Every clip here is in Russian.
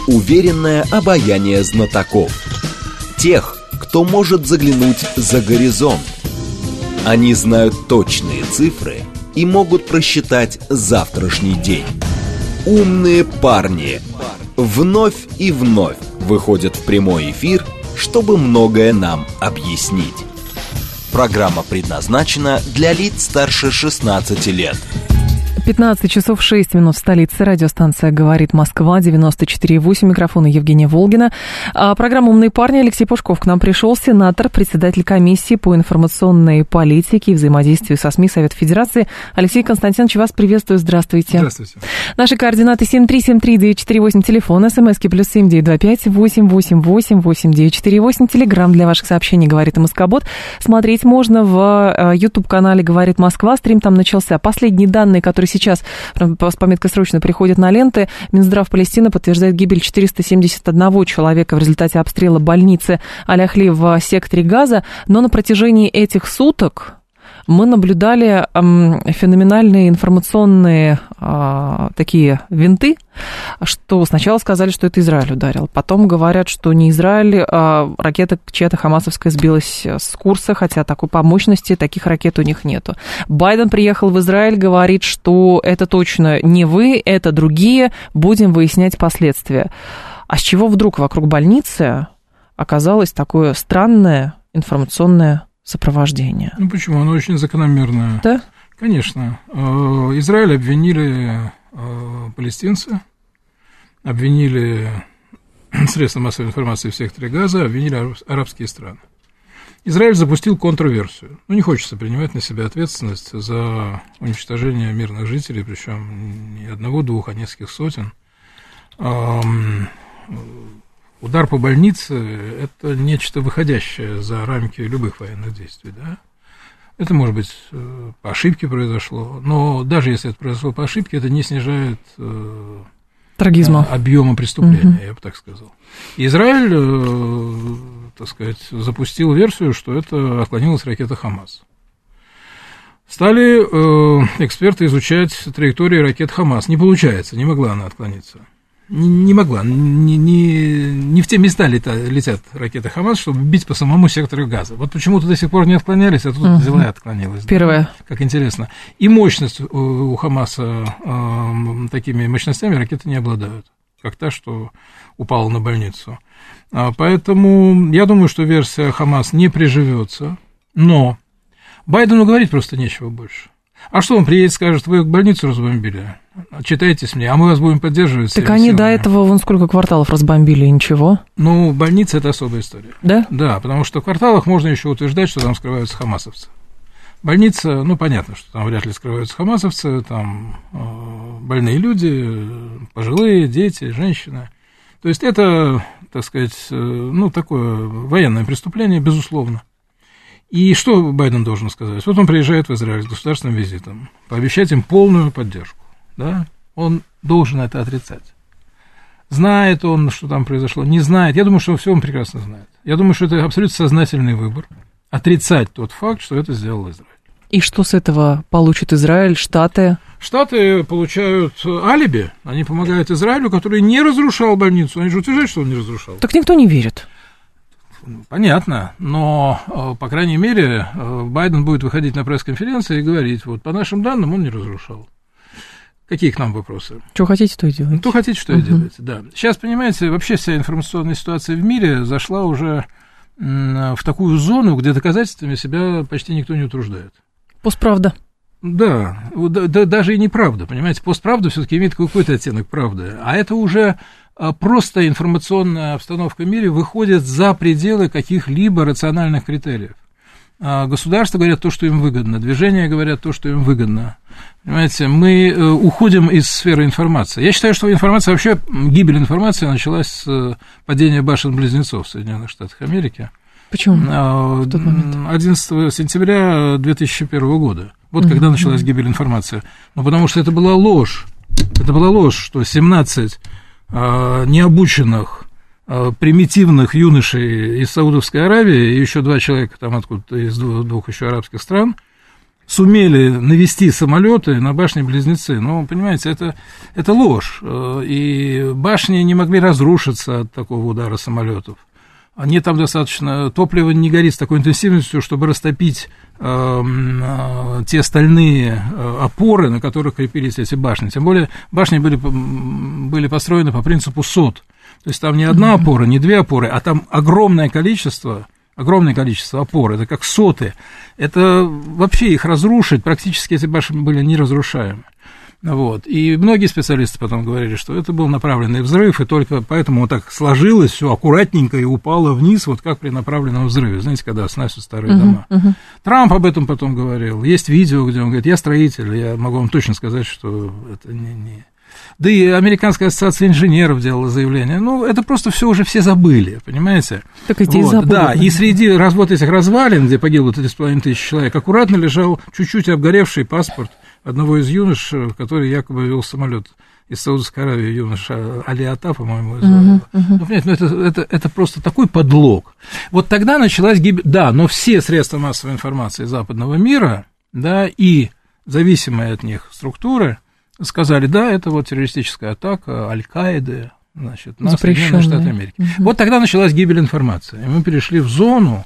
уверенное обаяние знатоков. Тех, кто может заглянуть за горизонт. Они знают точные цифры и могут просчитать завтрашний день. Умные парни вновь и вновь выходят в прямой эфир, чтобы многое нам объяснить. Программа предназначена для лиц старше 16 лет. 15 часов 6 минут в столице. Радиостанция «Говорит Москва», 94,8. Микрофон Евгения Волгина. Программа «Умные парни». Алексей Пушков к нам пришел. Сенатор, председатель комиссии по информационной политике и взаимодействию со СМИ Совета Федерации. Алексей Константинович, вас приветствую. Здравствуйте. Здравствуйте. Наши координаты 7373948, телефон, смски +7 925 888 8948. Телеграм для ваших сообщений «Говорит МСК-бот». Смотреть можно в YouTube-канале «Говорит Москва». Стрим там начался. Последние данные, которые сейчас с пометкой «Срочно» приходят на ленты. Минздрав Палестины подтверждает гибель 471 человека в результате обстрела больницы Аль-Ахли в секторе Газа. Но на протяжении этих суток мы наблюдали феноменальные информационные такие винты, что сначала сказали, что это Израиль ударил, потом говорят, что не Израиль, ракета чья-то хамасовская сбилась с курса, хотя такой по мощности таких ракет у них нету. Байден приехал в Израиль, говорит, что это точно не вы, это другие, будем выяснять последствия. А с чего вдруг вокруг больницы оказалось такое странное информационное сопровождение? Ну почему? Оно очень закономерное. Да? Конечно. Израиль обвинили палестинцы, обвинили средства массовой информации в секторе Газа, обвинили арабские страны. Израиль запустил контрверсию. Ну, не хочется принимать на себя ответственность за уничтожение мирных жителей, причем не одного-двух, а нескольких сотен. Удар по больнице – это нечто выходящее за рамки любых военных действий, да? Это, может быть, по ошибке произошло, но даже если это произошло по ошибке, это не снижает трагизма, объема преступления, я бы так сказал. Израиль, так сказать, запустил версию, что это отклонилась ракета «Хамас». Стали эксперты изучать траектории ракет «Хамас». Не получается, не могла она отклониться. Не могла, не в те места летят ракеты «Хамас», чтобы бить по самому сектору Газа. Вот почему-то до сих пор не отклонялись, а тут взяла и отклонилась. Первое. Да? Как интересно. И мощность у «Хамаса» такими мощностями ракеты не обладают, как та, что упала на больницу. Поэтому я думаю, что версия «Хамас» не приживется, но Байдену говорить просто нечего больше. А что он приедет, скажет, вы больницу разбомбили? Читайтесь мне, а мы вас будем поддерживать. Так они до этого вон сколько кварталов разбомбили, и ничего. Ну, больница – это особая история. Да? Да, потому что в кварталах можно еще утверждать, что там скрываются хамасовцы. Больница, ну, понятно, что там вряд ли скрываются хамасовцы, там больные люди, пожилые, дети, женщины. То есть это, так сказать, ну, такое военное преступление, безусловно. И что Байден должен сказать? Вот он приезжает в Израиль с государственным визитом, пообещать им полную поддержку, да? Он должен это отрицать. Знает он, что там произошло, не знает. Я думаю, что все он прекрасно знает. Я думаю, что это абсолютно сознательный выбор, отрицать тот факт, что это сделал Израиль. И что с этого получит Израиль, Штаты? Штаты получают алиби, они помогают Израилю, который не разрушал больницу. Они же утверждают, что он не разрушал. Так никто не верит. Понятно, но, по крайней мере, Байден будет выходить на пресс-конференции и говорить, вот, по нашим данным, он не разрушал. Какие к нам вопросы? Что хотите, то и делаете. Что хотите, что и делаете, да. Сейчас, понимаете, вообще вся информационная ситуация в мире зашла уже в такую зону, где доказательствами себя почти никто не утруждает. Постправда. Да, даже и неправда, понимаете, постправда все-таки имеет какой-то оттенок правды, а это уже просто информационная обстановка в мире выходит за пределы каких-либо рациональных критериев. Государства говорят то, что им выгодно, движения говорят то, что им выгодно. Понимаете, мы уходим из сферы информации. Я считаю, что информация, вообще гибель информации началась с падения башен-близнецов в Соединенных Штатах Америки. Почему? В тот момент? 11 сентября 2001 года. Вот когда началась гибель информации. Ну, потому что это была ложь. Это была ложь, что 17 необученных, примитивных юношей из Саудовской Аравии и еще 2 человека там откуда-то из двух еще арабских стран сумели навести самолеты на башни-близнецы. Ну, понимаете, это ложь. И башни не могли разрушиться от такого удара самолетов. Они там достаточно... Топливо не горит с такой интенсивностью, чтобы растопить те стальные опоры, на которых крепились эти башни. Тем более башни были построены по принципу сот. То есть там не одна опора, не две опоры, а там огромное количество опор, это как соты. Это вообще их разрушить, практически эти башни были неразрушаемы. Вот. И многие специалисты потом говорили, что это был направленный взрыв, и только поэтому вот так сложилось все аккуратненько и упало вниз, вот как при направленном взрыве. Знаете, когда сносят старые дома. Трамп об этом потом говорил. Есть видео, где он говорит, я строитель, я могу вам точно сказать, что это не... Да и Американская ассоциация инженеров делала заявление. Ну, это просто все уже все забыли, понимаете? Так и здесь вот, забыли. Да, и среди вот этих развалин, где погибло 3500 человек, аккуратно лежал чуть-чуть обгоревший паспорт одного из юнош, который якобы вел самолет из Саудовской Аравии, юноша Алиата, по-моему, звали. Ну, понимаете, это просто такой подлог. Вот тогда началась гибель... Да, но все средства массовой информации западного мира, да, и зависимые от них структуры сказали, да, это вот террористическая атака Аль-Каиды, значит, на Соединенные Штаты Америки. Вот тогда началась гибель информации. И мы перешли в зону,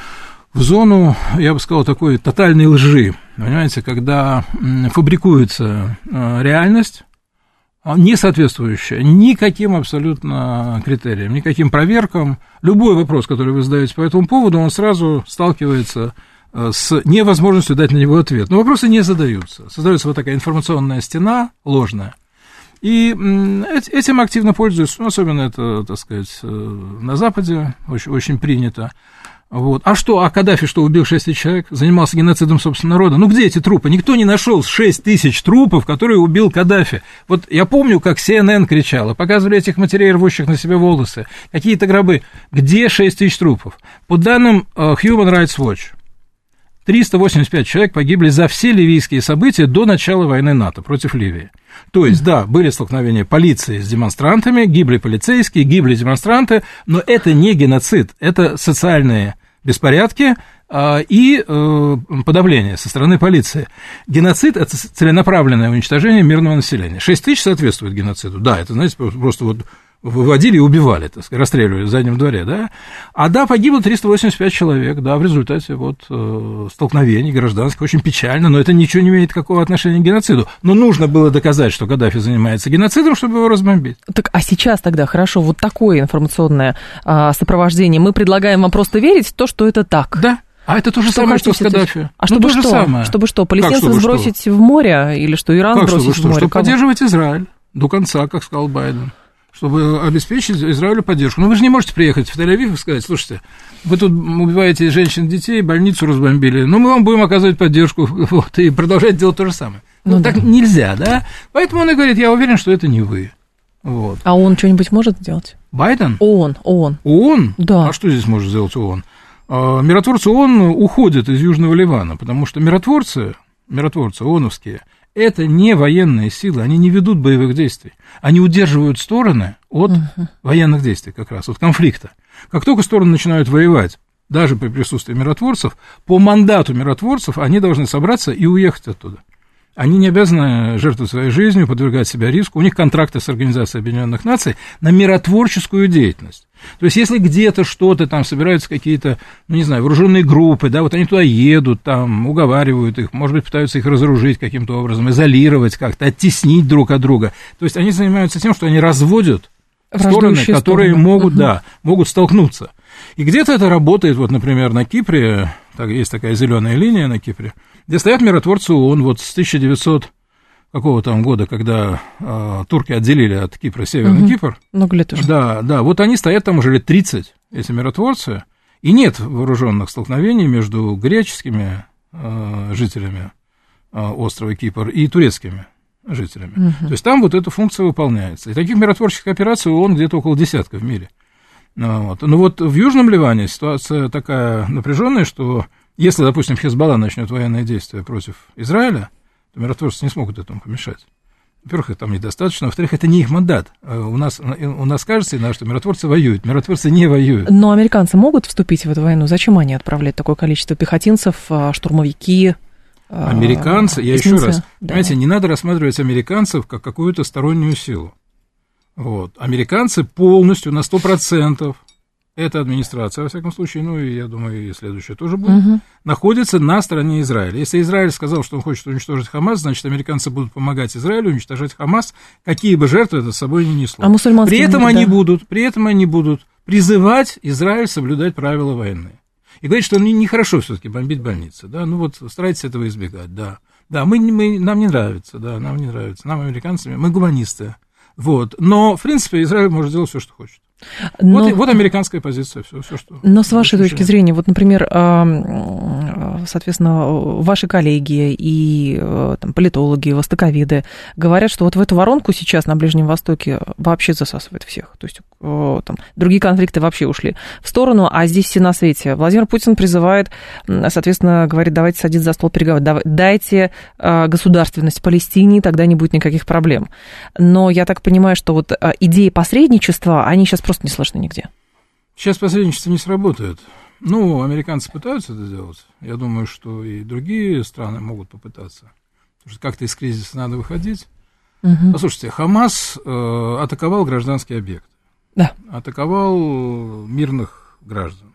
я бы сказал, такой тотальной лжи. Понимаете, когда фабрикуется реальность, не соответствующая никаким абсолютно критериям, никаким проверкам. Любой вопрос, который вы задаете по этому поводу, он сразу сталкивается с невозможностью дать на него ответ. Но вопросы не задаются. Создается вот такая информационная стена ложная. И этим активно пользуются, особенно это, так сказать, на Западе очень, очень принято. Вот. А Каддафи что, убил 6 тысяч человек? Занимался геноцидом собственного народа? Ну, где эти трупы? Никто не нашел 6 тысяч трупов, которые убил Каддафи. Вот я помню, как CNN кричала, показывали этих матерей, рвущих на себе волосы, какие-то гробы. Где 6 тысяч трупов? По данным Human Rights Watch, 385 человек погибли за все ливийские события до начала войны НАТО против Ливии. То есть, да, были столкновения полиции с демонстрантами, гибли полицейские, гибли демонстранты, но это не геноцид, это социальные беспорядки и подавление со стороны полиции. Геноцид – это целенаправленное уничтожение мирного населения. 6 тысяч соответствует геноциду. Да, это, знаете, просто вот выводили и убивали, так сказать, расстреливали в заднем дворе, да. А да, погибло 385 человек, да, в результате вот столкновений гражданских, очень печально, но это ничего не имеет никакого отношения к геноциду. Но нужно было доказать, что Каддафи занимается геноцидом, чтобы его разбомбить. Так, а сейчас тогда, хорошо, вот такое информационное сопровождение, мы предлагаем вам просто верить в то, что это так. Да. А это то же самое, что с Каддафи. А чтобы что? Самое. Чтобы что, палестинцев сбросить в море, или что, Иран сбросить в море? Чтобы поддерживать Израиль до конца, как сказал Байден. Чтобы обеспечить Израилю поддержку. Но вы же не можете приехать в Тель-Авив и сказать, слушайте, вы тут убиваете женщин, детей, больницу разбомбили, но мы вам будем оказывать поддержку, вот, и продолжать делать то же самое. Ну, так нельзя, да? Поэтому он и говорит, я уверен, что это не вы. Вот. А ООН что-нибудь может сделать? Байден? ООН. ООН? Да. А что здесь может сделать ООН? Миротворцы ООН уходят из Южного Ливана, потому что миротворцы ООНовские, это не военные силы, они не ведут боевых действий. Они удерживают стороны от военных действий как раз, от конфликта. Как только стороны начинают воевать, даже при присутствии миротворцев, по мандату миротворцев они должны собраться и уехать оттуда. Они не обязаны жертвовать своей жизнью, подвергать себя риску. У них контракты с Организацией Объединенных Наций на миротворческую деятельность. То есть, если где-то что-то, там собираются какие-то, ну, не знаю, вооруженные группы, да, вот они туда едут, там, уговаривают их, может быть, пытаются их разоружить каким-то образом, изолировать как-то, оттеснить друг от друга. То есть, они занимаются тем, что они разводят стороны, которые могут столкнуться. И где-то это работает, вот, например, на Кипре, есть такая зеленая линия на Кипре, где стоят миротворцы ООН, вот с 1900 какого там года, когда турки отделили от Кипра Северный Кипр. Много лет уже. Да, вот они стоят там уже лет 30, эти миротворцы, и нет вооруженных столкновений между греческими жителями острова Кипр и турецкими жителями. То есть там вот эта функция выполняется. И таких миротворческих операций ООН где-то около десятка в мире. Вот. Но вот в Южном Ливане ситуация такая напряженная, что если, допустим, Хизбалла начнет военные действия против Израиля, то миротворцы не смогут этому помешать. Во-первых, их там недостаточно, во-вторых, это не их мандат. У нас кажется, что миротворцы воюют, миротворцы не воюют. Но американцы могут вступить в эту войну? Зачем они отправляют такое количество пехотинцев, штурмовики, Американцы, я еще раз, понимаете, не надо рассматривать американцев как какую-то стороннюю силу. Вот. Американцы полностью, на 100%, эта администрация, во всяком случае, ну, и я думаю, и следующая тоже будет, находится на стороне Израиля. Если Израиль сказал, что он хочет уничтожить Хамас, значит, американцы будут помогать Израилю уничтожать Хамас, какие бы жертвы это с собой не несло. При этом они будут призывать Израиль соблюдать правила войны. И говорит, что нехорошо все-таки бомбить больницы, да, ну вот старайтесь этого избегать, да. Да, нам не нравится, нам, американцы, мы гуманисты, вот. Но, в принципе, Израиль может делать все, что хочет. Вот американская позиция, все, что... Но с вашей точки зрения, вот, например, соответственно, ваши коллеги и там, политологи, востоковеды говорят, что вот в эту воронку сейчас на Ближнем Востоке вообще засасывает всех. То есть там, другие конфликты вообще ушли в сторону, а здесь все на свете. Владимир Путин призывает, соответственно, говорит, давайте садиться за стол переговоров, дайте государственность Палестине, тогда не будет никаких проблем. Но я так понимаю, что вот идеи посредничества, они сейчас просто не слышны нигде. Сейчас посредничество не сработает. Ну, американцы пытаются это сделать. Я думаю, что и другие страны могут попытаться. Потому что как-то из кризиса надо выходить. Послушайте, Хамас атаковал гражданские объекты. Да. Атаковал мирных граждан.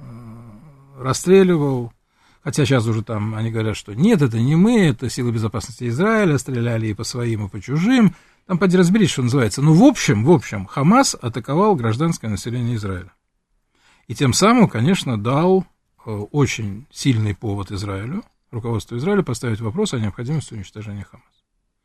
Расстреливал. Хотя сейчас уже там они говорят, что нет, это не мы, это силы безопасности Израиля, стреляли и по своим, и по чужим. Там поди разберись, что называется. Ну, в общем, Хамас атаковал гражданское население Израиля. И тем самым, конечно, дал очень сильный повод Израилю, руководству Израиля, поставить вопрос о необходимости уничтожения Хамаса.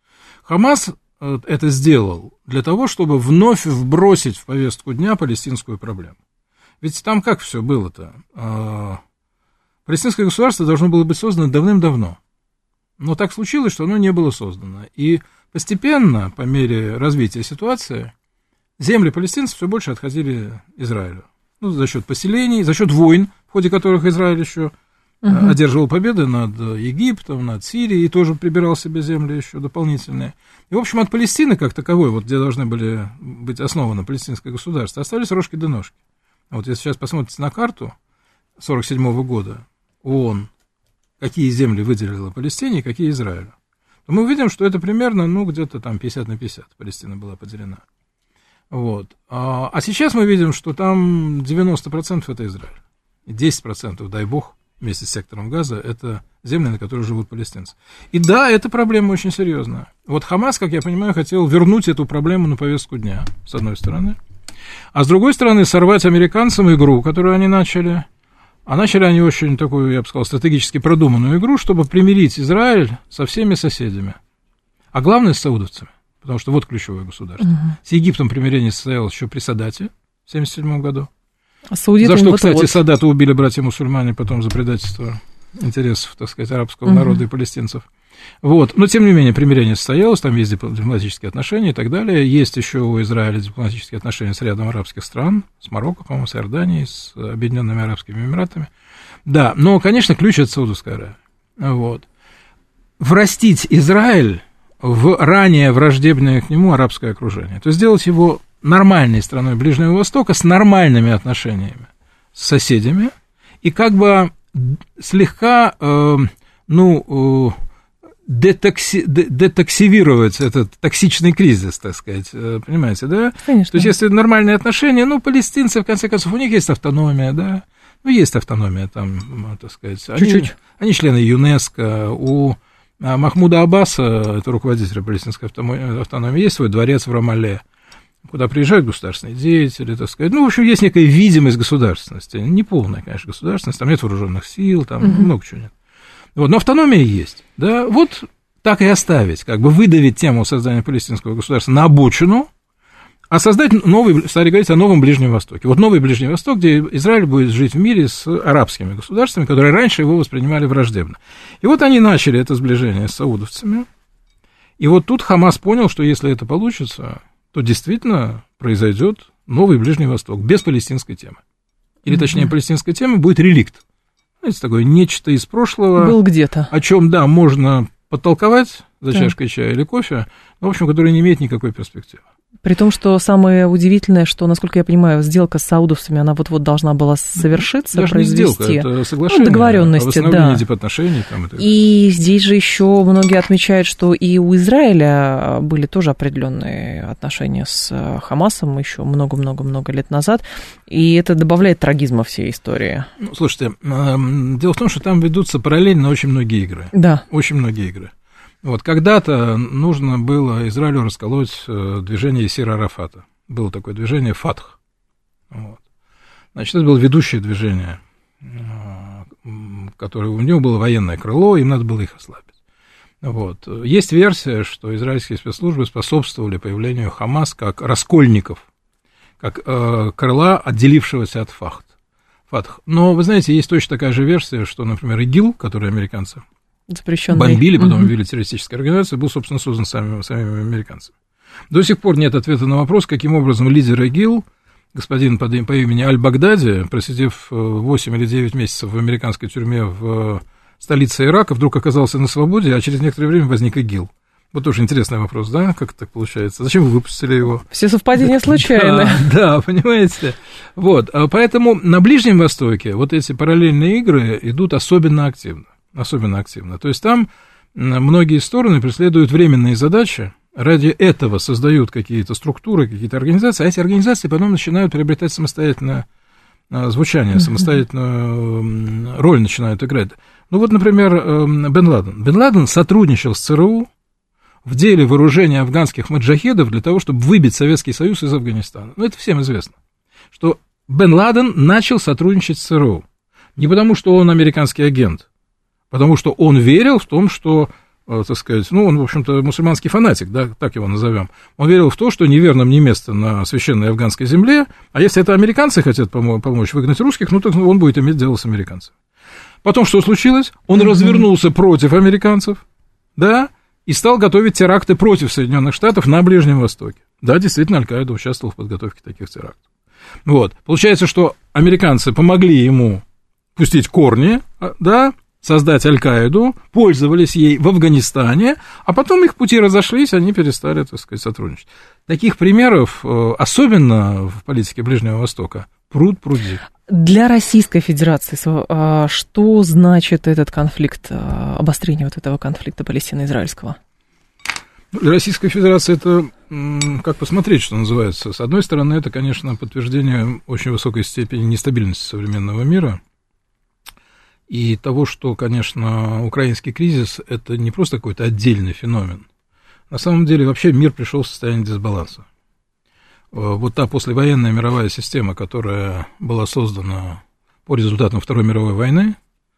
Хамас это сделал для того, чтобы вновь вбросить в повестку дня палестинскую проблему. Ведь там как все было-то? Палестинское государство должно было быть создано давным-давно. Но так случилось, что оно не было создано. И постепенно, по мере развития ситуации, земли палестинцев все больше отходили Израилю. Ну, за счет поселений, за счет войн, в ходе которых Израиль еще одерживал победы над Египтом, над Сирией, и тоже прибирал себе земли еще дополнительные. И, в общем, от Палестины, как таковой, вот где должны были быть основаны палестинское государство, остались рожки до ножки. Вот если сейчас посмотрите на карту 1947 года ООН, какие земли выделила Палестине и какие Израилю, то мы увидим, что это примерно, ну, где-то там 50 на 50 Палестина была поделена. Вот. А сейчас мы видим, что там 90% это Израиль. И 10%, дай бог, вместе с сектором Газа, это земли, на которых живут палестинцы. И да, эта проблема очень серьезная. Вот Хамас, как я понимаю, хотел вернуть эту проблему на повестку дня, с одной стороны. А с другой стороны, сорвать американцам игру, которую они начали. А начали они очень такую, я бы сказал, стратегически продуманную игру, чтобы примирить Израиль со всеми соседями. А главное, с саудовцами. Потому что вот ключевое государство. С Египтом примирение состоялось еще при Садате в 1977 году. За что, кстати, Садата убили братья-мусульмане потом за предательство интересов, так сказать, арабского народа и палестинцев. Вот. Но, тем не менее, примирение состоялось, там есть дипломатические отношения и так далее. Есть еще у Израиля дипломатические отношения с рядом арабских стран, с Марокко, по-моему, с Иорданией, с Объединенными Арабскими Эмиратами. Да, но, конечно, ключ от Саудовской Аравии. Вот. Врастить Израиль в ранее враждебное к нему арабское окружение. То есть сделать его нормальной страной Ближнего Востока с нормальными отношениями с соседями и как бы слегка, детоксивировать этот токсичный кризис, так сказать, понимаете, да? Конечно. То есть если нормальные отношения, палестинцы, в конце концов, у них есть автономия, да? Есть автономия там, так сказать. Чуть-чуть. Они члены ЮНЕСКО, у Махмуда Аббаса, это руководитель палестинской автономии, есть свой дворец в Рамалле, куда приезжают государственные деятели, так сказать. В общем, есть некая видимость государственности. Не полная, конечно, государственность, там нет вооруженных сил, там много чего нет. Вот, но автономия есть. Да? Вот так и оставить, как бы выдавить тему создания палестинского государства на обочину, а создать новый, стали говорить о новом Ближнем Востоке. Вот новый Ближний Восток, где Израиль будет жить в мире с арабскими государствами, которые раньше его воспринимали враждебно. И вот они начали это сближение с саудовцами. И вот тут Хамас понял, что если это получится, то действительно произойдет новый Ближний Восток без палестинской темы. Или, точнее, палестинская тема будет реликт. Знаете, такое нечто из прошлого. Был где-то. О чем, да, можно подтолковать за чашкой чая или кофе, но, в общем, который не имеет никакой перспективы. При том, что самое удивительное, что, насколько я понимаю, сделка с саудовцами, она вот-вот должна была совершиться, даже произвести. Не сделка, это соглашение, договоренности, о восстановлении дипотношений. Там, и здесь же еще многие отмечают, что и у Израиля были тоже определенные отношения с Хамасом еще много-много-много лет назад, и это добавляет трагизма всей истории. Ну, слушайте, дело в том, что там ведутся параллельно очень многие игры. Да. Очень многие игры. Вот, когда-то нужно было Израилю расколоть движение Ясира Арафата. Было такое движение «Фатх». Вот. Значит, это было ведущее движение, которое, у него было военное крыло, им надо было их ослабить. Вот. Есть версия, что израильские спецслужбы способствовали появлению Хамас как раскольников, как крыла, отделившегося от Фатх. Но, вы знаете, есть точно такая же версия, что, например, ИГИЛ, который американцы бомбили, потом ввели террористическую организацию, был, собственно, создан самими американцами. До сих пор нет ответа на вопрос, каким образом лидер ИГИЛ, господин по имени Аль-Багдади, просидев 8 или 9 месяцев в американской тюрьме в столице Ирака, вдруг оказался на свободе, а через некоторое время возник ИГИЛ. Вот тоже интересный вопрос, да, как так получается? Зачем вы выпустили его? Все совпадения случайны. Да, понимаете. Вот, поэтому на Ближнем Востоке вот эти параллельные игры идут особенно активно. То есть там многие стороны преследуют временные задачи, ради этого создают какие-то структуры, какие-то организации, а эти организации потом начинают приобретать самостоятельное звучание, самостоятельную роль начинают играть. Ну вот, например, Бен Ладен. Бен Ладен сотрудничал с ЦРУ в деле вооружения афганских маджахедов для того, чтобы выбить Советский Союз из Афганистана. Ну, это всем известно, что Бен Ладен начал сотрудничать с ЦРУ. Не потому, что он американский агент, потому что он верил в том, что, так сказать, ну, он, в общем-то, мусульманский фанатик, да, так его назовем. Он верил в то, что неверным не место на священной афганской земле, а если это американцы хотят помочь выгнать русских, ну, так он будет иметь дело с американцами. Потом что случилось? Он развернулся против американцев, да, и стал готовить теракты против Соединенных Штатов на Ближнем Востоке. Да, действительно, Аль-Каида участвовал в подготовке таких терактов. Вот. Получается, что американцы помогли ему пустить корни, да, создать Аль-Каиду, пользовались ей в Афганистане, а потом их пути разошлись, они перестали, так сказать, сотрудничать. Таких примеров, особенно в политике Ближнего Востока, пруд-пруди. Для Российской Федерации что значит этот конфликт, обострение вот этого конфликта палестино-израильского? Для Российской Федерации это, как посмотреть, что называется. С одной стороны, это, конечно, подтверждение очень высокой степени нестабильности современного мира и того, что, конечно, украинский кризис – это не просто какой-то отдельный феномен. На самом деле, вообще мир пришел в состояние дисбаланса. Вот та послевоенная мировая система, которая была создана по результатам Второй мировой войны,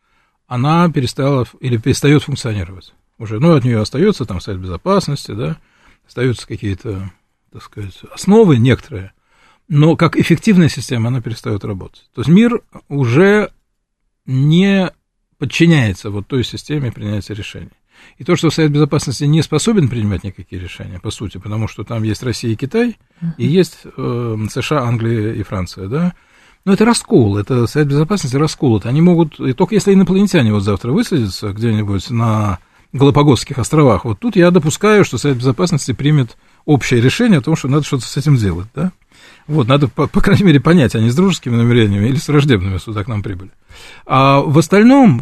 она перестала или перестает функционировать уже. Ну, от нее остается там Совет Безопасности, да, остаются какие-то, так сказать, основы некоторые, но как эффективная система она перестает работать. То есть мир уже не подчиняется вот той системе принятия решений. И то, что Совет Безопасности не способен принимать никакие решения, по сути, потому что там есть Россия и Китай, и есть США, Англия и Франция, да, но это раскол, это Совет Безопасности расколот. Они могут, и только если инопланетяне вот завтра высадятся где-нибудь на Галапагосских островах, вот тут я допускаю, что Совет Безопасности примет общее решение о том, что надо что-то с этим делать, да. Вот, надо, по крайней мере, понять, они с дружескими намерениями или с враждебными сюда к нам прибыли. А в остальном,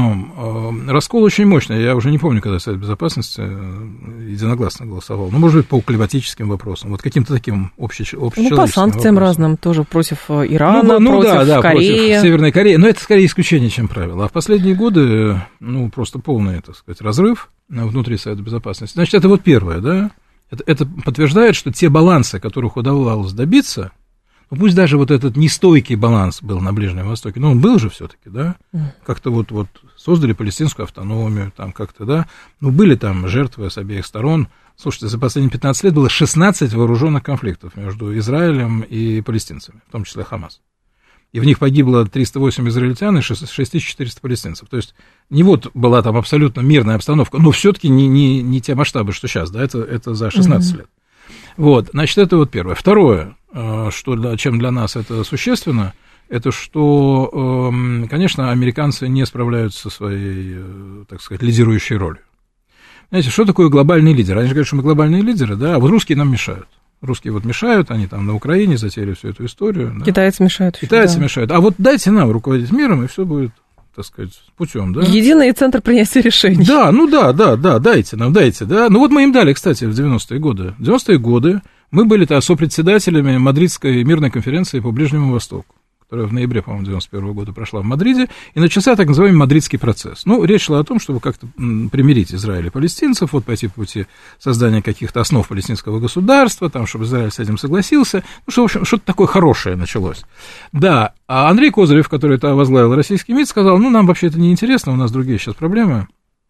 раскол очень мощный. Я уже не помню, когда Совет Безопасности единогласно голосовал. Ну, может быть, по климатическим вопросам, вот каким-то таким общечеловеческим по санкциям вопросам. разным, тоже против Ирана, против Кореи. Против Северной Кореи. Но это скорее исключение, чем правило. А в последние годы, ну, просто полный, так сказать, разрыв внутри Совета Безопасности. Значит, это вот первое, да? Это подтверждает, что те балансы, которых удавалось добиться, ну, пусть даже вот этот нестойкий баланс был на Ближнем Востоке, но он был же все-таки, да, как-то вот создали палестинскую автономию, там как-то, да, ну, были там жертвы с обеих сторон. Слушайте, за последние 15 лет было 16 вооруженных конфликтов между Израилем и палестинцами, в том числе Хамас. И в них погибло 308 израильтян и 6400 палестинцев. То есть не вот была там абсолютно мирная обстановка, но все-таки не те масштабы, что сейчас, да, это за 16 лет. Вот, значит, это вот первое. Второе, чем для нас это существенно, это что, конечно, американцы не справляются со своей, так сказать, лидирующей ролью. Знаете, что такое глобальный лидер? Они же говорят, что мы глобальные лидеры, да, а вот русские нам мешают. Русские вот мешают, они там на Украине затеяли всю эту историю. Да. Китайцы мешают. Китайцы мешают. А вот дайте нам руководить миром, и все будет, так сказать, путем, да. Единый центр принятия решений. Да, дайте нам, да. Ну вот мы им дали, кстати, в 90-е годы. В 90-е годы мы были сопредседателями Мадридской мирной конференции по Ближнему Востоку, которая в ноябре, по-моему, 91 года прошла в Мадриде, и начался так называемый мадридский процесс. Ну, речь шла о том, чтобы как-то примирить Израиль и палестинцев, вот пойти по пути создания каких-то основ палестинского государства, там, чтобы Израиль с этим согласился, ну, что, в общем, что-то такое хорошее началось. Да, а Андрей Козырев, который это возглавил российский МИД, сказал, ну, нам вообще это не интересно, у нас другие сейчас проблемы.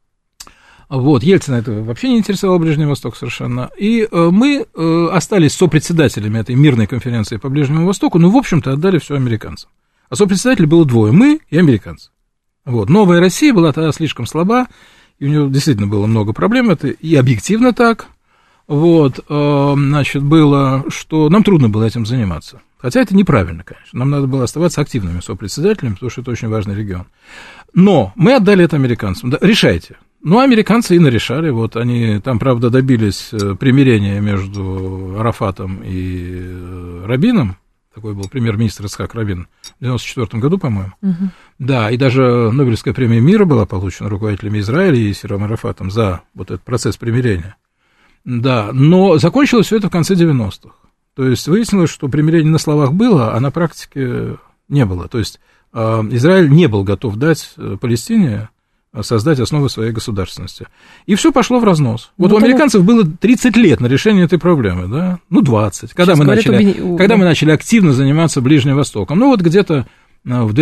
Вот, Ельцина это вообще не интересовал Ближний Восток совершенно. И мы остались сопредседателями этой мирной конференции по Ближнему Востоку, но, в общем-то, отдали все американцам. А сопредседателей было двое, мы и американцы. Вот, новая Россия была тогда слишком слаба, и у нее действительно было много проблем, это и объективно так. Вот, значит, было, что нам трудно было этим заниматься. Хотя это неправильно, конечно. Нам надо было оставаться активными сопредседателями, потому что это очень важный регион. Но мы отдали это американцам. Да, решайте. Ну, американцы и нарешали, вот они там, правда, добились примирения между Арафатом и Рабином, такой был премьер-министр Ицхак Рабин, в 1994 году, по-моему, да, и даже Нобелевская премия мира была получена руководителями Израиля и Ясиром Арафатом за вот этот процесс примирения, да, но закончилось все это в конце 90-х, то есть выяснилось, что примирение на словах было, а на практике не было, то есть Израиль не был готов дать Палестине создать основы своей государственности. И все пошло в разнос. Вот у американцев было 30 лет на решение этой проблемы, да? Ну, 20. Когда мы начали активно заниматься Ближним Востоком. Ну, вот где-то в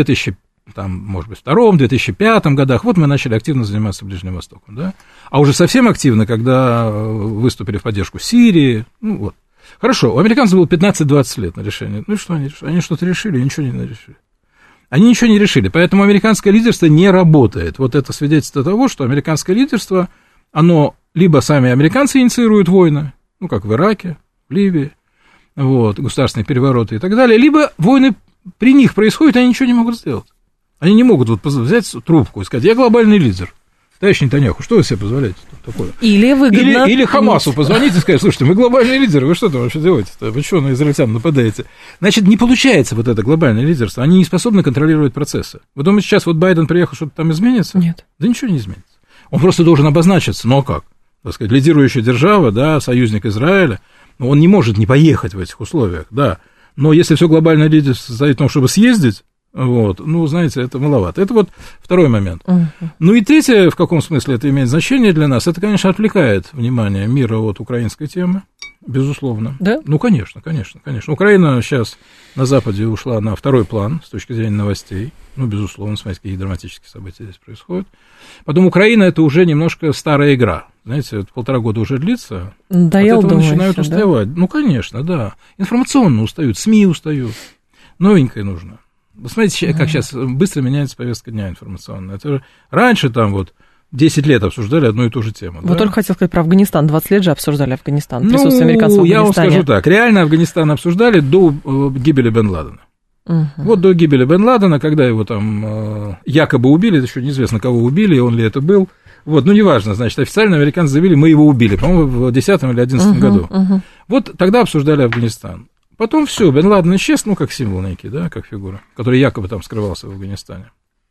2002-2005 годах, вот мы начали активно заниматься Ближним Востоком, да? А уже совсем активно, когда выступили в поддержку Сирии, ну, вот. Хорошо, у американцев было 15-20 лет на решение. Ну, и что они решили? Они что-то решили, ничего не решили. Они ничего не решили, поэтому американское лидерство не работает. Вот это свидетельство того, что американское лидерство, оно либо сами американцы инициируют войны, ну, как в Ираке, в Ливии, вот, государственные перевороты и так далее, либо войны при них происходят, и они ничего не могут сделать. Они не могут вот взять трубку и сказать, я глобальный лидер. Товарищ Нетаньяху, что вы себе позволяете такое? Или выгодно... Или Хамасу позвоните и скажите, слушайте, мы глобальные лидеры, вы что там вообще делаете-то? Вы что на израильтян нападаете? Значит, не получается вот это глобальное лидерство, они не способны контролировать процессы. Вы думаете, сейчас вот Байден приехал, что-то там изменится? Нет. Да ничего не изменится. Он просто должен обозначиться, ну а как? Так сказать, лидирующая держава, да, союзник Израиля, но он не может не поехать в этих условиях, да. Но если все глобальное лидерство состоит в том, чтобы съездить, вот, ну, знаете, это маловато. Это вот второй момент. Ну и третье, в каком смысле это имеет значение для нас, это, конечно, отвлекает внимание мира от украинской темы, безусловно. Да? Ну, конечно. Украина сейчас на Западе ушла на второй план с точки зрения новостей. Ну, безусловно, смотрите, какие драматические события здесь происходят. Потом Украина – это уже немножко старая игра. Знаете, это 1,5 года уже длится. Надоело, от этого думаете, начинают уставать. Да? Ну, конечно, да. Информационно устают, СМИ устают. Новенькое нужно. Посмотрите, как сейчас быстро меняется повестка дня информационная. Это раньше там вот 10 лет обсуждали одну и ту же тему. Вот только хотел сказать про Афганистан. 20 лет же обсуждали Афганистан, присутствие американцев в Афганистане. Я вам скажу так, реально Афганистан обсуждали до гибели Бен Ладена. Вот до гибели Бен Ладена, когда его там якобы убили, это еще неизвестно, кого убили, и он ли это был. Вот, ну, неважно, значит, официально американцы заявили, мы его убили, по-моему, в 2010 или 2011 году. Вот тогда обсуждали Афганистан. Потом все, Бен Ладен исчез, ну, как символ некий, да, как фигура, который якобы там скрывался в Афганистане,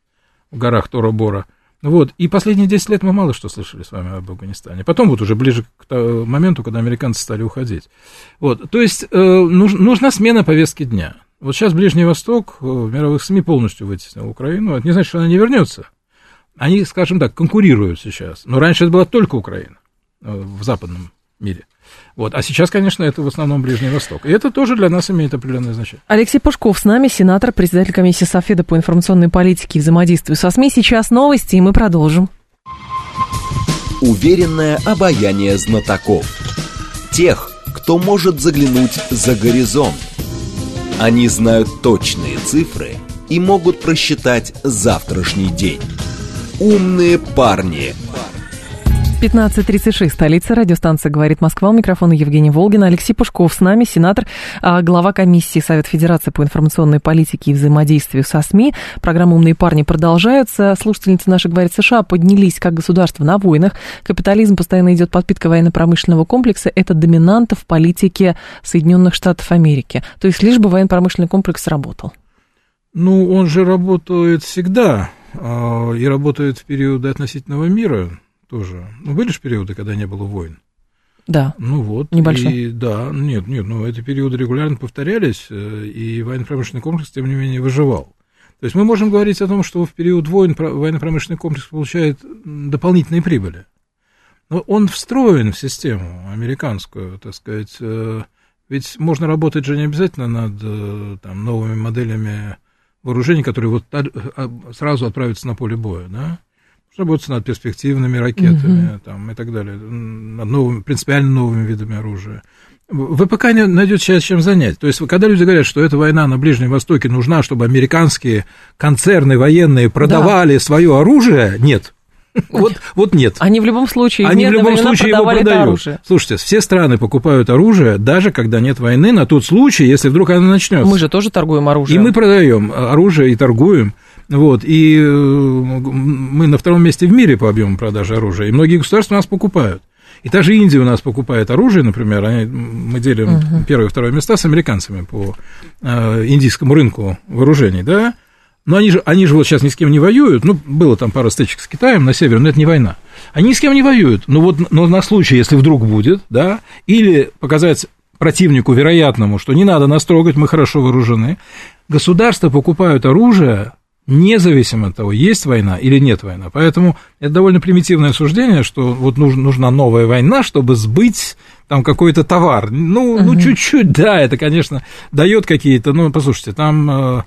в горах Тора-Бора. Вот, и последние 10 лет мы мало что слышали с вами об Афганистане. Потом вот уже ближе к моменту, когда американцы стали уходить. Вот, то есть нужна смена повестки дня. Вот сейчас Ближний Восток в мировых СМИ полностью вытеснил Украину. Это не значит, что она не вернется. Они, скажем так, конкурируют сейчас. Но раньше это была только Украина в западном мире. Вот. А сейчас, конечно, это в основном Ближний Восток. И это тоже для нас имеет определенное значение. Алексей Пушков с нами, сенатор, председатель комиссии Софеда по информационной политике и взаимодействию со СМИ. Сейчас новости, и мы продолжим. Уверенное обаяние знатоков. Тех, кто может заглянуть за горизонт. Они знают точные цифры и могут просчитать завтрашний день. Умные парни. 15:36, столица, радиостанция «Говорит Москва», у микрофона Евгения Волгина, Алексей Пушков с нами, сенатор, глава комиссии Совета Федерации по информационной политике и взаимодействию со СМИ. Программа «Умные парни» продолжается. Слушательницы наши, говорят, США поднялись как государство на войнах. Капитализм, постоянно идет подпитка военно-промышленного комплекса. Это доминанта в политике Соединенных Штатов Америки. То есть лишь бы военно-промышленный комплекс работал. Ну, он же работает всегда и работает в периоды относительного мира. Тоже. Ну, были же периоды, когда не было войн. Да. Ну вот. Небольшой. Нет, эти периоды регулярно повторялись, и военно-промышленный комплекс, тем не менее, выживал. То есть мы можем говорить о том, что в период войн военно-промышленный комплекс получает дополнительные прибыли. Но он встроен в систему американскую, так сказать. Ведь можно работать же не обязательно над там, новыми моделями вооружений, которые вот сразу отправятся на поле боя, да? Работать над перспективными ракетами там, и так далее, над принципиально новыми видами оружия. ВПК не найдет сейчас чем занять. То есть, когда люди говорят, что эта война на Ближнем Востоке нужна, чтобы американские концерны военные продавали свое оружие, нет. Вот нет. Они в любом случае его продают. Слушайте, все страны покупают оружие, даже когда нет войны, на тот случай, если вдруг она начнется. Мы же тоже торгуем оружием. И мы продаем оружие и торгуем. Вот, и мы на втором месте в мире по объему продажи оружия, и многие государства нас покупают. И та же Индия у нас покупает оружие, например, мы делим первое и второе места с американцами по индийскому рынку вооружений, да, но они же вот сейчас ни с кем не воюют, ну, было там пара стычек с Китаем на севере, но это не война. Они ни с кем не воюют, но на случай, если вдруг будет, да, или показать противнику вероятному, что не надо нас трогать, мы хорошо вооружены, государства покупают оружие, независимо от того, есть война или нет войны. Поэтому это довольно примитивное суждение, что вот нужна новая война, чтобы сбыть там какой-то товар. Ну, чуть-чуть, да, это, конечно, дает какие-то, послушайте, там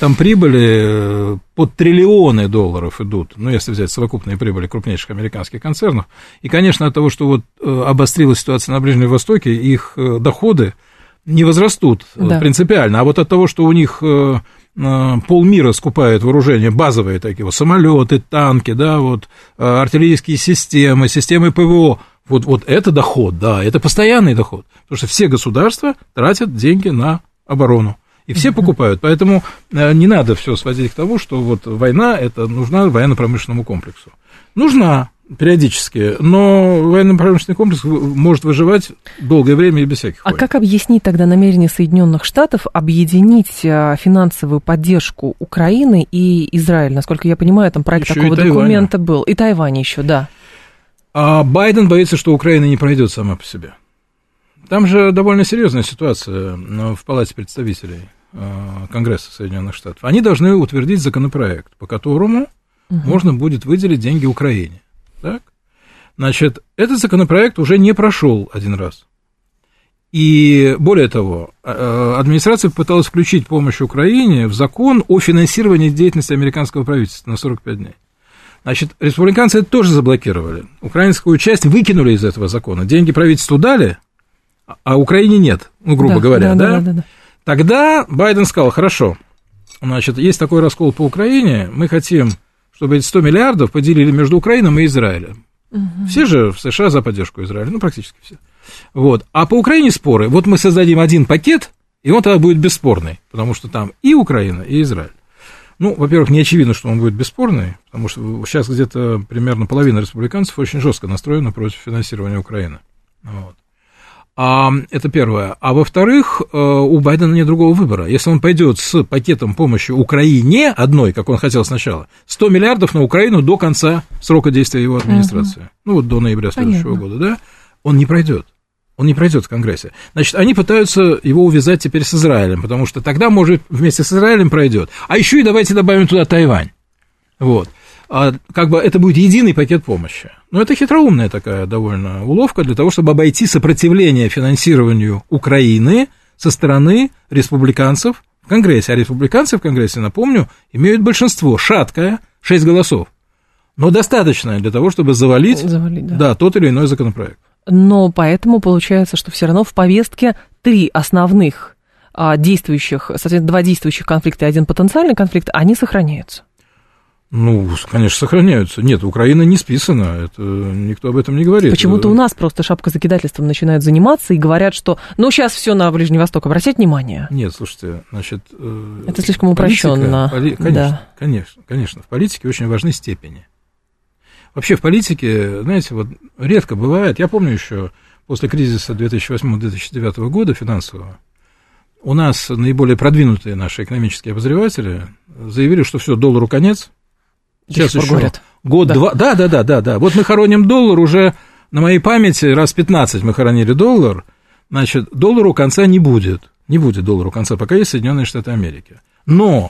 прибыли под триллионы долларов идут, если взять совокупные прибыли крупнейших американских концернов. И, конечно, от того, что вот обострилась ситуация на Ближнем Востоке, их доходы не возрастут принципиально, а вот от того, что у них полмира скупает вооружение, базовые такие вот самолеты, танки, да, вот артиллерийские системы ПВО. Вот это доход, да, это постоянный доход. Потому что все государства тратят деньги на оборону. И все покупают. Поэтому не надо все сводить к тому, что вот война, это нужна военно-промышленному комплексу. Нужна периодически, но военно-промышленный комплекс может выживать долгое время и без всяких войн. А как объяснить тогда намерение Соединенных Штатов объединить финансовую поддержку Украины и Израиля? Насколько я понимаю, там проект еще такого документа был. И Тайвань еще, да. А Байден боится, что Украина не пройдет сама по себе. Там же довольно серьезная ситуация в Палате представителей Конгресса Соединенных Штатов. Они должны утвердить законопроект, по которому можно будет выделить деньги Украине. Так? Значит, этот законопроект уже не прошел один раз. И более того, администрация попыталась включить помощь Украине в закон о финансировании деятельности американского правительства на 45 дней. Значит, республиканцы это тоже заблокировали. Украинскую часть выкинули из этого закона. Деньги правительству дали, а Украине нет, грубо говоря, да? Тогда Байден сказал, хорошо, значит, есть такой раскол по Украине, мы хотим, чтобы эти 100 миллиардов поделили между Украиной и Израилем. Все же в США за поддержку Израиля, практически все. Вот. А по Украине споры. Вот мы создадим один пакет, и он тогда будет бесспорный, потому что там и Украина, и Израиль. Во-первых, не очевидно, что он будет бесспорный, потому что сейчас где-то примерно половина республиканцев очень жестко настроена против финансирования Украины. Вот. Это первое. А во-вторых, у Байдена нет другого выбора. Если он пойдет с пакетом помощи Украине одной, как он хотел сначала, 100 миллиардов на Украину до конца срока действия его администрации, до ноября следующего года, да, он не пройдет. Он не пройдет в Конгрессе. Значит, они пытаются его увязать теперь с Израилем, потому что тогда, может, вместе с Израилем пройдет. А еще и давайте добавим туда Тайвань. Вот. Это будет единый пакет помощи. Это хитроумная такая довольно уловка для того, чтобы обойти сопротивление финансированию Украины со стороны республиканцев в Конгрессе. А республиканцы в Конгрессе, напомню, имеют большинство, шаткое, 6 голосов. Но достаточно для того, чтобы завалить тот или иной законопроект. Но поэтому получается, что все равно в повестке 3 основных действующих, соответственно, 2 действующих конфликта и 1 потенциальный конфликт, они сохраняются. Ну, конечно, сохраняются. Нет, Украина не списана, это никто об этом не говорит. Почему-то у нас просто шапкозакидательством начинают заниматься и говорят, что, ну, сейчас все на Ближний Восток, обратите внимание. Нет, слушайте, значит... Это слишком упрощенно. Конечно, в политике очень важны степени. Вообще в политике, знаете, вот редко бывает, я помню еще после кризиса 2008-2009 года финансового, у нас наиболее продвинутые наши экономические обозреватели заявили, что все, доллару конец. Сейчас еще говорят. Год-два. Да. Вот мы хороним доллар уже, на моей памяти, раз 15 мы хоронили доллар, значит, доллару конца не будет. Не будет доллару конца, пока есть Соединенные Штаты Америки. Но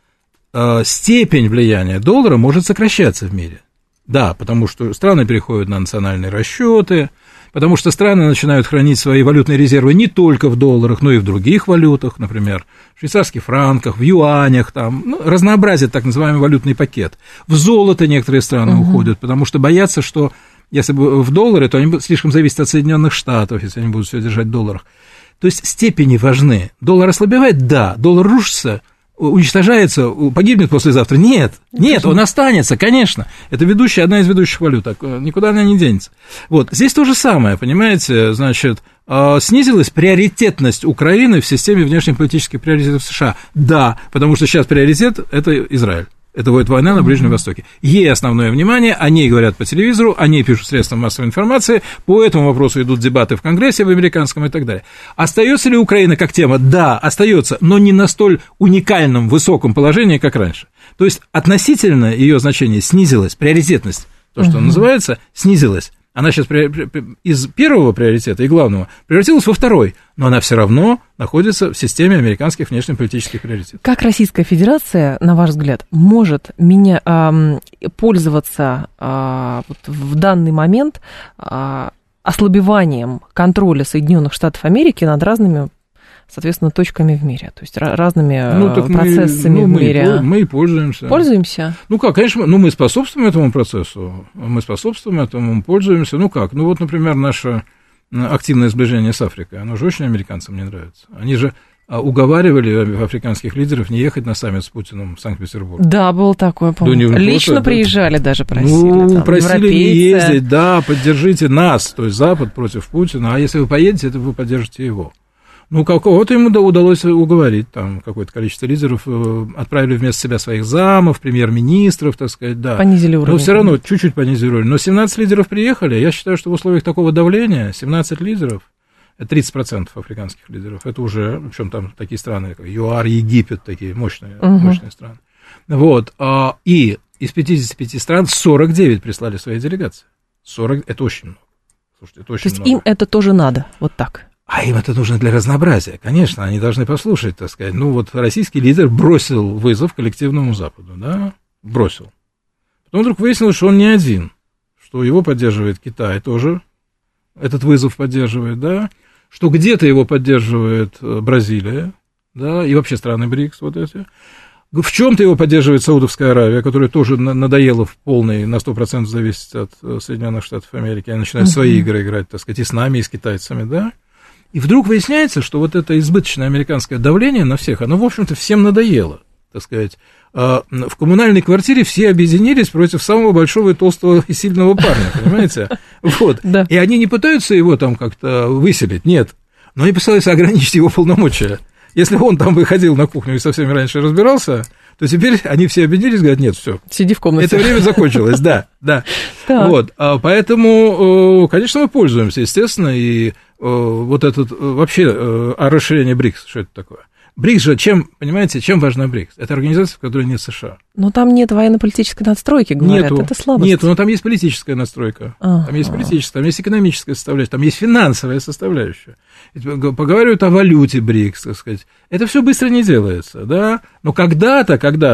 степень влияния доллара может сокращаться в мире. Да, потому что страны переходят на национальные расчеты, потому что страны начинают хранить свои валютные резервы не только в долларах, но и в других валютах, например, в швейцарских франках, в юанях, там, ну, разнообразит так называемый валютный пакет. В золото некоторые страны уходят, потому что боятся, что если бы в доллары, то они слишком зависят от Соединенных Штатов, если они будут все держать в долларах. То есть степени важны. Доллар ослабевает? Да. Доллар рушится? Уничтожается, погибнет послезавтра? Нет, он останется, конечно. Это одна из ведущих валют, так, никуда она не денется. Вот, здесь то же самое, понимаете, значит, снизилась приоритетность Украины в системе внешнеполитических приоритетов США. Да, потому что сейчас приоритет – это Израиль. Это будет война на Ближнем Востоке. Ей основное внимание, о ней говорят по телевизору, о ней пишут средства массовой информации, по этому вопросу идут дебаты в Конгрессе, в американском и так далее. Остается ли Украина как тема? Да, остается, но не на столь уникальном, высоком положении, как раньше. То есть относительно ее значение снизилось, приоритетность, то, что называется, снизилась. Она сейчас из первого приоритета и главного превратилась во второй, но она все равно находится в системе американских внешнеполитических приоритетов. Как Российская Федерация, на ваш взгляд, может пользоваться вот в данный момент ослабеванием контроля Соединенных Штатов Америки над разными, соответственно, точками в мире, то есть разными процессами в мире? Мы и пользуемся. Пользуемся? Ну как, конечно, мы способствуем этому процессу, мы пользуемся. Ну как, ну вот, например, наше активное сближение с Африкой, оно же очень американцам не нравится. Они же уговаривали африканских лидеров не ехать на саммит с Путиным в Санкт-Петербург. Да, было такое, по-моему. Лично приезжали даже, просили. Ну, просили не ездить, да, поддержите нас, то есть Запад против Путина, а если вы поедете, то вы поддержите его. Ну, кого-то ему удалось уговорить, там, какое-то количество лидеров отправили вместо себя своих замов, премьер-министров, так сказать, да. Понизили уровень. Но все равно чуть-чуть понизили уровень. Но 17 лидеров приехали, я считаю, что в условиях такого давления 17 лидеров, это 30% африканских лидеров, это уже, причем там такие страны, как ЮАР, Египет, такие мощные страны. Вот, и из 55 стран 49 прислали свои делегации. 40, это очень много. Слушайте, это очень То есть много. им это тоже надо, вот так? А им это нужно для разнообразия, конечно, они должны послушать, так сказать. Ну, вот российский лидер бросил вызов коллективному Западу, да, бросил. Потом вдруг выяснилось, что он не один, что его поддерживает Китай тоже, этот вызов поддерживает, да, что где-то его поддерживает Бразилия, да, и вообще страны БРИКС вот эти. В чем-то его поддерживает Саудовская Аравия, которая тоже надоела в полной, на 100% зависеть от Соединенных Штатов Америки, они начинают свои игры играть, так сказать, и с нами, и с китайцами, да. И вдруг выясняется, что вот это избыточное американское давление на всех, оно, в общем-то, всем надоело, так сказать. В коммунальной квартире все объединились против самого большого и толстого и сильного парня, понимаете? Вот. Да. И они не пытаются его там как-то выселить, нет, но они пытаются ограничить его полномочия. Если он там выходил на кухню и со всеми раньше разбирался, то теперь они все объединились и говорят, нет, все. Сиди в комнате. Это время закончилось, да. Вот, поэтому, конечно, мы пользуемся, естественно, и вот этот вообще расширение БРИКС, что это такое? БРИКС же, понимаете, чем важна БРИКС? Это организация, в которой нет США. Но там нет военно-политической надстройки, говорят, это слабость. Нету, но там есть политическая настройка, там есть политическая, там есть экономическая составляющая, там есть финансовая составляющая. Поговаривают о валюте БРИКС, так сказать. Это все быстро не делается, да, но когда-то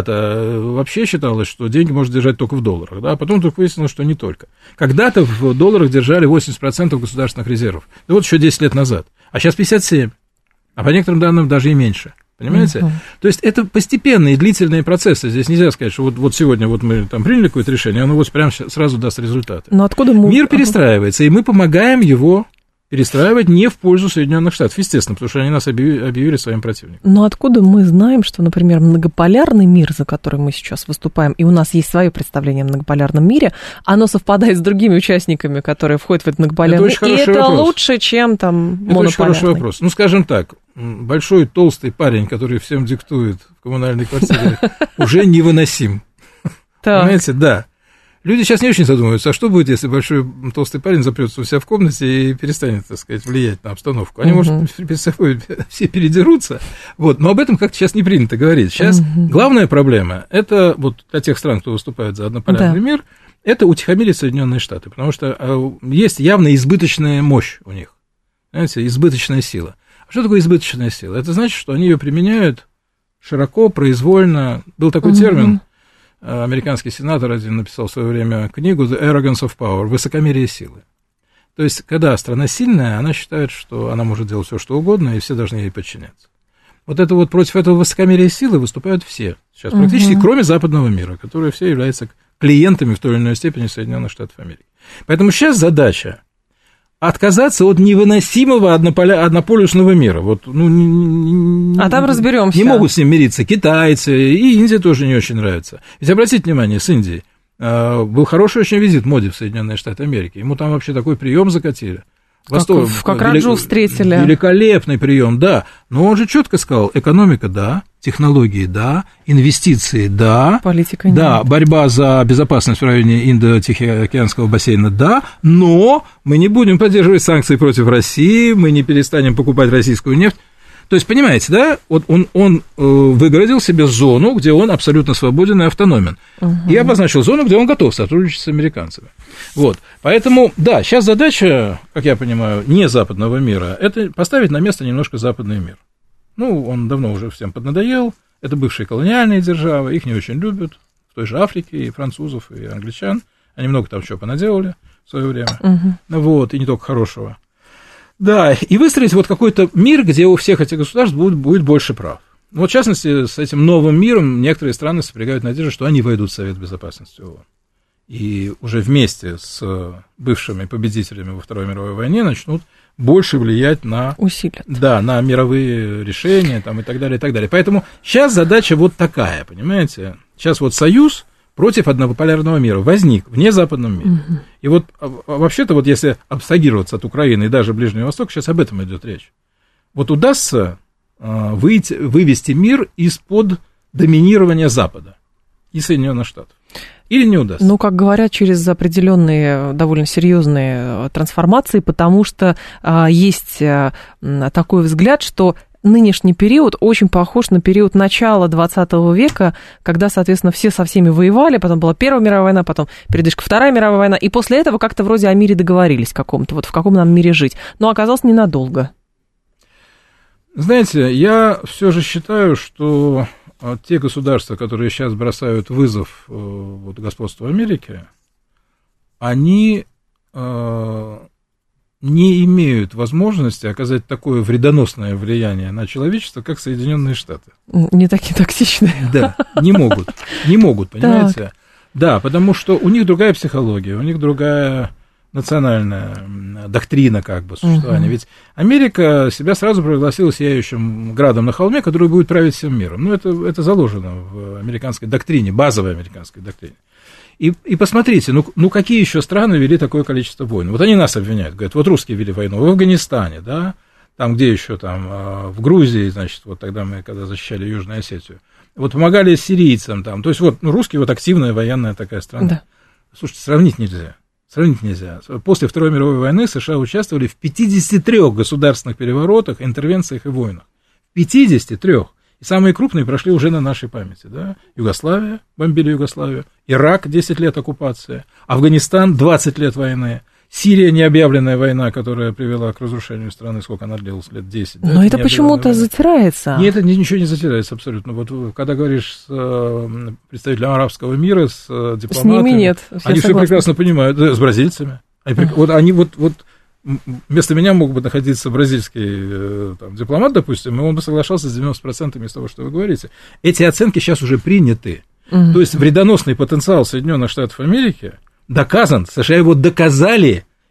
вообще считалось, что деньги можно держать только в долларах, да, а потом вдруг выяснилось, что не только. Когда-то в долларах держали 80% государственных резервов, да вот еще 10 лет назад, а сейчас 57%. А по некоторым данным даже и меньше, понимаете? То есть это постепенные и длительные процессы. Здесь нельзя сказать, что вот сегодня вот мы там приняли какое-то решение, оно вот прямо сразу даст результаты. Но откуда мы... Мир перестраивается, и мы помогаем его перестраивать не в пользу Соединенных Штатов, естественно, потому что они нас объявили своим противником. Но откуда мы знаем, что, например, многополярный мир, за который мы сейчас выступаем, и у нас есть свое представление о многополярном мире, оно совпадает с другими участниками, которые входят в этот многополярный мир, и это лучше, чем там монополярный? Это очень хороший вопрос. Ну, скажем так, большой толстый парень, который всем диктует в коммунальной квартире, уже невыносим. Понимаете, да. Люди сейчас не очень задумываются, а что будет, если большой толстый парень запрется у себя в комнате и перестанет, так сказать, влиять на обстановку. Они, может, перед собой все передерутся, вот, но об этом как-то сейчас не принято говорить. Сейчас главная проблема, это вот для тех стран, кто выступает за однополярный мир, это утихомирить Соединенные Штаты, потому что есть явно избыточная мощь у них, знаете, избыточная сила. А что такое избыточная сила? Это значит, что они ее применяют широко, произвольно. Был такой термин, американский сенатор один написал в свое время книгу «The Arrogance of Power» – «Высокомерие силы». То есть, когда страна сильная, она считает, что она может делать все, что угодно, и все должны ей подчиняться. Вот это вот против этого высокомерия силы выступают все сейчас, практически кроме западного мира, которые все являются клиентами в той или иной степени Соединенных Штатов Америки. Поэтому сейчас задача отказаться от невыносимого однополюсного мира. Вот, а там разберемся. Не могут с ним мириться китайцы, и Индия тоже не очень нравится. Ведь обратите внимание, с Индией был хороший очень визит Моди в Соединенные Штаты Америки. Ему там вообще такой прием закатили. Как Раджу встретили. Великолепный прием, да. Но он же четко сказал: экономика, да, технологии, да, инвестиции, да. Политика нет. Да, борьба за безопасность в районе Индо-Тихоокеанского бассейна, да, но мы не будем поддерживать санкции против России, мы не перестанем покупать российскую нефть. То есть, понимаете, да, вот он выгородил себе зону, где он абсолютно свободен и автономен, и обозначил зону, где он готов сотрудничать с американцами. Вот, поэтому, да, сейчас задача, как я понимаю, не западного мира, это поставить на место немножко западный мир. Ну, он давно уже всем поднадоел, это бывшие колониальные державы, их не очень любят, в той же Африке, и французов, и англичан, они много там чего понаделали в свое время, вот, и не только хорошего. Да, и выстроить вот какой-то мир, где у всех этих государств будет больше прав. Вот, в частности, с этим новым миром некоторые страны сопрягают надежду, что они войдут в Совет Безопасности ООН. И уже вместе с бывшими победителями во Второй мировой войне начнут больше влиять на... Усилят. Да, на мировые решения там, и так далее, и так далее. Поэтому сейчас задача вот такая, понимаете? Сейчас вот союз против однополярного мира возник в незападном мире. И вот вообще-то, вот если абстрагироваться от Украины и даже Ближнего Востока, сейчас об этом идет речь. Вот удастся вывести мир из-под доминирования Запада и Соединенных Штатов. Или не удастся? Ну, как говорят, через определенные довольно серьезные трансформации, потому что есть такой взгляд, что нынешний период очень похож на период начала 20 века, когда, соответственно, все со всеми воевали, потом была Первая мировая война, потом передышка Вторая мировая война, и после этого как-то вроде о мире договорились каком-то, вот в каком нам мире жить. Но оказалось ненадолго. Знаете, я все же считаю, что те государства, которые сейчас бросают вызов вот, господству Америки, они не имеют возможности оказать такое вредоносное влияние на человечество, как Соединенные Штаты. Не такие токсичные. Да, не могут, понимаете? Так. Да, потому что у них другая психология, у них другая национальная доктрина как бы существования. Ведь Америка себя сразу провозгласила сияющим градом на холме, который будет править всем миром. Ну, это заложено в американской доктрине, базовой американской доктрине. И посмотрите, ну какие еще страны вели такое количество войн? Вот они нас обвиняют, говорят, вот русские вели войну в Афганистане, да, там где еще, там, в Грузии, значит, вот тогда мы, когда защищали Южную Осетию, вот помогали сирийцам там, то есть вот, ну, русские вот активная военная такая страна. Да. Слушайте, сравнить нельзя. После Второй мировой войны США участвовали в 53 государственных переворотах, интервенциях и войнах. 53. И самые крупные прошли уже на нашей памяти, да? Югославия, бомбили Югославию, Ирак, 10 лет оккупации, Афганистан, 20 лет войны, Сирия, необъявленная война, которая привела к разрушению страны, сколько она длилась, лет 10. Но да, это почему-то затирается. Нет, это ничего не затирается абсолютно. Вот когда говоришь с представителями арабского мира, с дипломатами, с ними нет, они все прекрасно понимают, да, с бразильцами. Вот они вот вместо меня мог бы находиться бразильский там, дипломат, допустим, и он бы соглашался с 90% из того, что вы говорите. Эти оценки сейчас уже приняты. То есть вредоносный потенциал Соединенных Штатов Америки доказан, США его доказали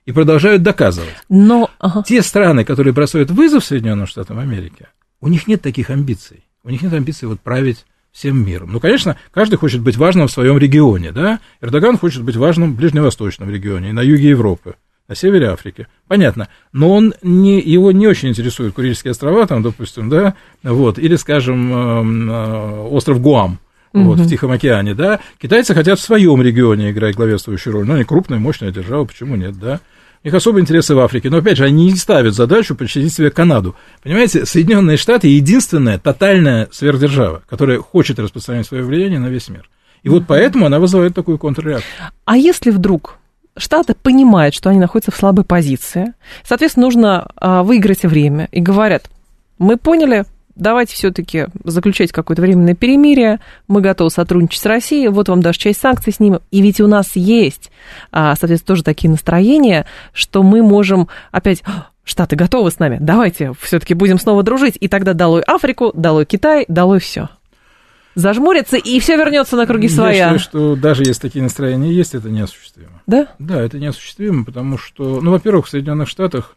и продолжают доказывать. Но те страны, которые бросают вызов Соединенным Штатам Америки, у них нет таких амбиций. У них нет амбиций вот править всем миром. Ну, конечно, каждый хочет быть важным в своем регионе, да? Эрдоган хочет быть важным в ближневосточном регионе, на юге Европы, на севере Африки. Понятно. Но его не очень интересуют Курильские острова, там, допустим, да, вот, или, скажем, остров Гуам. Вот, в Тихом океане, да, китайцы хотят в своем регионе играть главенствующую роль, но они крупная, мощная держава, почему нет, да, у них особые интересы в Африке, но, опять же, они не ставят задачу подчинить себе Канаду, понимаете, Соединенные Штаты единственная тотальная сверхдержава, которая хочет распространять свое влияние на весь мир, и вот поэтому она вызывает такую контрреакцию. А если вдруг Штаты понимают, что они находятся в слабой позиции, соответственно, нужно выиграть время, и говорят, мы поняли, давайте все-таки заключать какое-то временное перемирие, мы готовы сотрудничать с Россией, вот вам даже часть санкций снимем. И ведь у нас есть, соответственно, тоже такие настроения, что мы можем опять... Штаты готовы с нами, давайте все-таки будем снова дружить, и тогда долой Африку, долой Китай, долой все. Зажмурится, и все вернется на круги своя. Я считаю, что даже если такие настроения есть, это неосуществимо. Да? Да, это неосуществимо, потому что, ну, во-первых, в Соединенных Штатах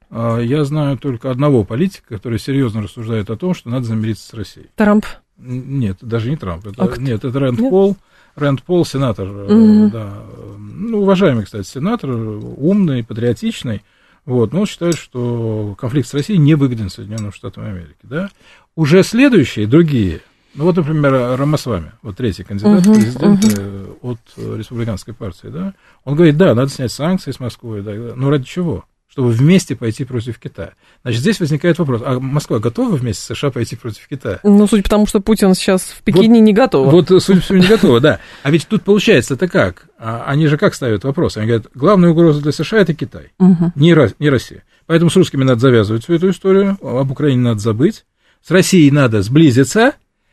я знаю только одного политика, который серьезно рассуждает о том, что надо замириться с Россией. Трамп? Нет, даже не Трамп. Нет, это Рэнд Пол. Рэнд Пол, сенатор, да, ну, уважаемый, кстати, сенатор, умный, патриотичный. Вот, но он считает, что конфликт с Россией не выгоден Соединенным Штатам Америки. Да? Уже следующие, другие, ну вот, например, Рамасвами, вот третий кандидат в президенты от республиканской партии, да, он говорит, да, надо снять санкции с Москвы, да, но ради чего? Чтобы вместе пойти против Китая. Значит, здесь возникает вопрос, а Москва готова вместе с США пойти против Китая? Ну, судя по тому, что Путин сейчас в Пекине не готов. Вот, судя по всему, не готова, да. А ведь тут получается это как? Они же как ставят вопрос? Они говорят, главная угроза для США – это Китай, не Россия. Поэтому с русскими надо завязывать всю эту историю, об Украине надо забыть, с Россией надо сблизиться,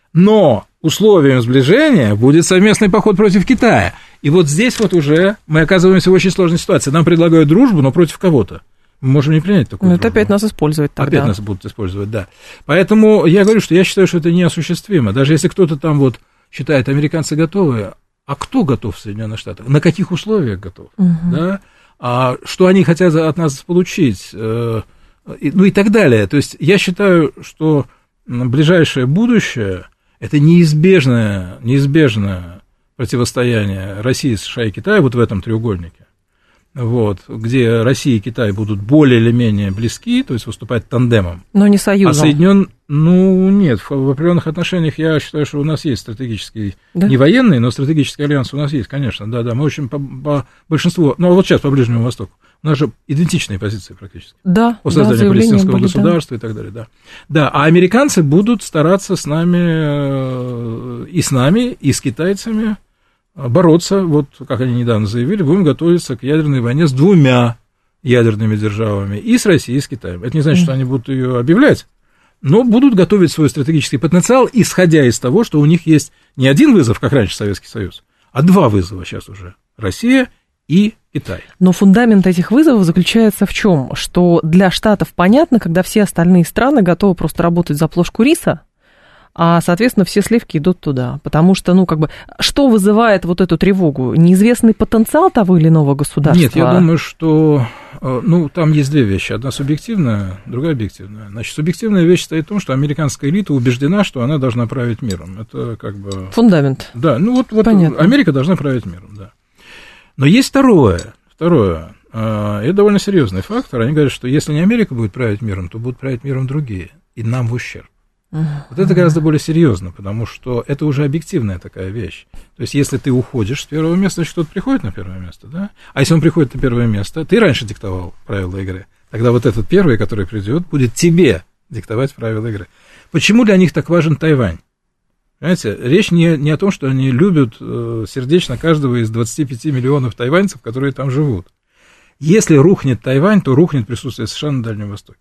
но условием сближения будет совместный поход против Китая. И вот здесь вот уже мы оказываемся в очень сложной ситуации. Нам предлагают дружбу, но против кого-то. Мы можем не принять такую дружбу. Это опять нас используют тогда. Опять нас будут использовать, да. Поэтому я говорю, что я считаю, что это неосуществимо. Даже если кто-то там вот считает, американцы готовы, а кто готов в Соединенных Штатах? На каких условиях готов? Да? А что они хотят от нас получить? Ну и так далее. То есть я считаю, что ближайшее будущее – это неизбежное противостояние России, США и Китая вот в этом треугольнике. Вот, где Россия и Китай будут более или менее близки, то есть выступать тандемом. Но не союзом. Ну, нет, в определенных отношениях я считаю, что у нас есть стратегический, не военный, но стратегический альянс у нас есть, конечно, да, мы очень по большинству, ну, вот сейчас по Ближнему Востоку, у нас же идентичные позиции практически. Да, по созданию палестинского государства и так далее, да. Да, а американцы будут стараться с нами, и с китайцами бороться, вот как они недавно заявили, будем готовиться к ядерной войне с двумя ядерными державами, и с Россией, и с Китаем. Это не значит, что они будут ее объявлять, но будут готовить свой стратегический потенциал, исходя из того, что у них есть не один вызов, как раньше Советский Союз, а два вызова сейчас уже – Россия и Китай. Но фундамент этих вызовов заключается в чем? Что для Штатов понятно, когда все остальные страны готовы просто работать за плошку риса, а, соответственно, все сливки идут туда. Потому что, ну, как бы, что вызывает вот эту тревогу? Неизвестный потенциал того или иного государства? Нет, я думаю, что, ну, там есть две вещи. Одна субъективная, другая объективная. Значит, субъективная вещь стоит в том, что американская элита убеждена, что она должна править миром. Это как бы... Фундамент. Да, ну, вот Америка должна править миром, да. Но есть второе, это довольно серьезный фактор. Они говорят, что если не Америка будет править миром, то будут править миром другие, и нам в ущерб. Вот это гораздо более серьезно, потому что это уже объективная такая вещь. То есть, если ты уходишь с первого места, значит, кто-то приходит на первое место, да? А если он приходит на первое место, ты раньше диктовал правила игры, тогда вот этот первый, который придет, будет тебе диктовать правила игры. Почему для них так важен Тайвань? Понимаете, речь не о том, что они любят сердечно каждого из 25 миллионов тайваньцев, которые там живут. Если рухнет Тайвань, то рухнет присутствие США на Дальнем Востоке.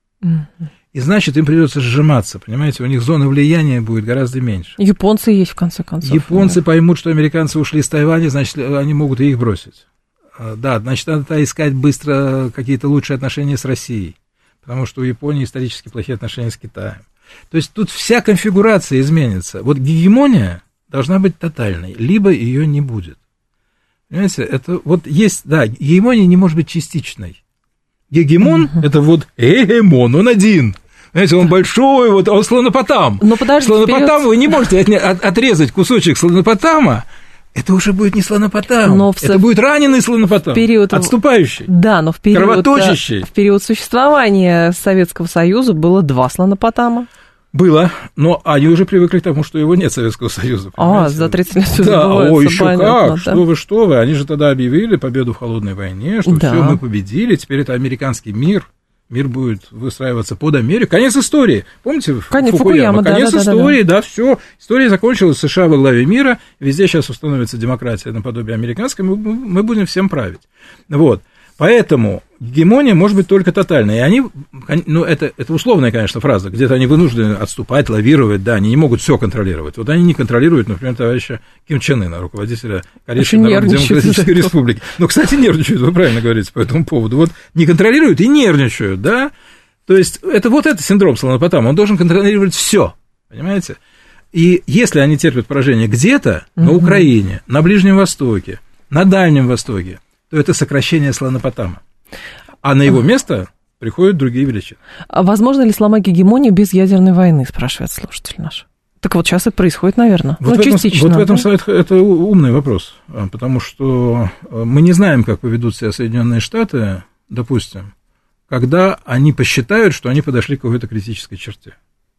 И значит, им придется сжиматься, понимаете, у них зона влияния будет гораздо меньше. Японцы есть, в конце концов. Японцы поймут, что американцы ушли с Тайваня, значит, они могут и их бросить. Да, значит, надо искать быстро какие-то лучшие отношения с Россией, потому что у Японии исторически плохие отношения с Китаем. То есть тут вся конфигурация изменится. Вот гегемония должна быть тотальной, либо ее не будет. Понимаете, это вот есть, да, гегемония не может быть частичной. Гегемон, это вот гегемон, он один. Знаете, он большой, вот, он слонопотам. Но подождите, слонопотам вы не можете отрезать кусочек слонопотама, это уже будет не слонопотам, это будет раненый слонопотам, отступающий, да, но кровоточащий. В период существования Советского Союза было 2 слонопотама. Было, но они уже привыкли к тому, что его нет, Советского Союза. Понимаете? За 30 лет все да, забывается. Еще понятно, как, что вы, они же тогда объявили победу в холодной войне, что все, мы победили, теперь это американский мир будет выстраиваться под Америку. Конец истории, помните, Фукуяма? Конец истории, да, все, история закончилась, США во главе мира, везде сейчас установится демократия наподобие американской, мы будем всем править. Вот. Поэтому гегемония может быть только тотальной. И они, ну, это условная, конечно, фраза, где-то они вынуждены отступать, лавировать, да, они не могут все контролировать. Вот они не контролируют, например, товарища Ким Чен Ына, руководителя Корейской Народно-Демократической Республики. Ну, кстати, нервничают, вы правильно говорите по этому поводу. Вот не контролируют и нервничают, да. То есть это вот это синдром слонопотама, он должен контролировать все, понимаете? И если они терпят поражение где-то, на Украине, на Ближнем Востоке, на Дальнем Востоке, то это сокращение слонопотама. А на его место приходят другие величины. А возможно ли сломать гегемонию без ядерной войны, спрашивает слушатель наш. Так вот сейчас это происходит, наверное. Вот частично. Вот в этом это умный вопрос, потому что мы не знаем, как поведут себя Соединенные Штаты, допустим, когда они посчитают, что они подошли к какой-то критической черте.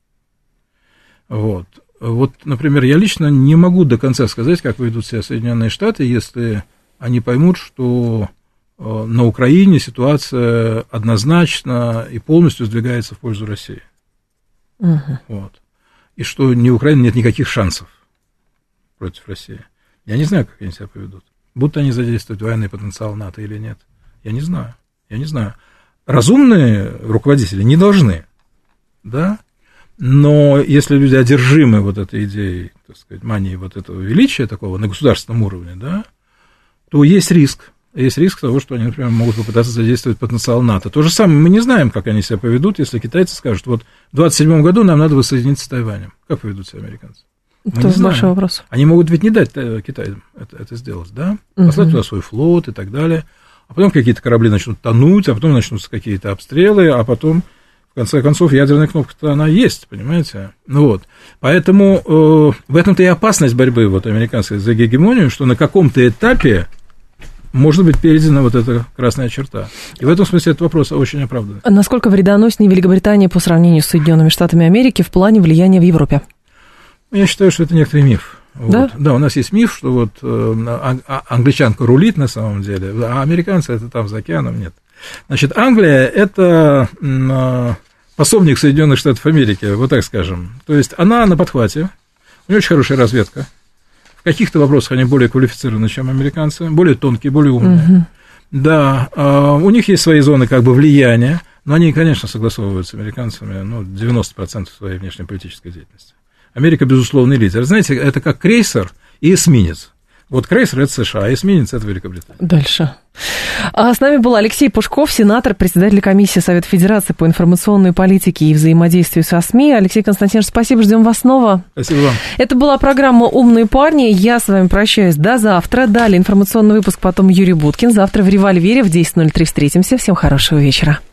Вот, например, я лично не могу до конца сказать, как поведут себя Соединенные Штаты, если они поймут, что на Украине ситуация однозначно и полностью сдвигается в пользу России. Вот. И что ни у Украины нет никаких шансов против России. Я не знаю, как они себя поведут. Будут они задействовать военный потенциал НАТО или нет. Я не знаю. Разумные руководители не должны, да? Но если люди одержимы вот этой идеей, так сказать, манией вот этого величия такого на государственном уровне, да, то есть риск. Есть риск того, что они, например, могут попытаться задействовать потенциал НАТО. То же самое, мы не знаем, как они себя поведут, если китайцы скажут, вот в 2027 году нам надо воссоединиться с Тайванем. Как поведут себя американцы? Это большой вопрос. Они могут ведь не дать Китаю это сделать, да? Послать туда свой флот и так далее. А потом какие-то корабли начнут тонуть, а потом начнутся какие-то обстрелы, а потом, в конце концов, ядерная кнопка-то она есть, понимаете? Ну вот. Поэтому в этом-то и опасность борьбы вот американской за гегемонию, что на каком-то этапе может быть перейдена вот эта красная черта. И в этом смысле этот вопрос очень оправдан. Насколько вредоноснее Великобритания по сравнению с Соединенными Штатами Америки в плане влияния в Европе? Я считаю, что это некоторый миф. Да? Вот. Да, у нас есть миф, что вот англичанка рулит на самом деле, а американцы это там за океаном нет. Значит, Англия это пособник Соединенных Штатов Америки, вот так скажем. То есть она на подхвате, у нее очень хорошая разведка. В каких-то вопросах они более квалифицированы, чем американцы, более тонкие, более умные. Да, у них есть свои зоны как бы влияния, но они, конечно, согласовывают с американцами 90% своей внешнеполитической деятельности. Америка, безусловный лидер. Знаете, это как крейсер и эсминец. Вот крейсер – это США, а эсминец – это Великобритания. Дальше. С нами был Алексей Пушков, сенатор, председатель комиссии Совета Федерации по информационной политике и взаимодействию со СМИ. Алексей Константинович, спасибо, ждем вас снова. Спасибо вам. Это была программа «Умные парни». Я с вами прощаюсь до завтра. Далее информационный выпуск, потом Юрий Буткин. Завтра в «Револьвере» в 10:03 встретимся. Всем хорошего вечера.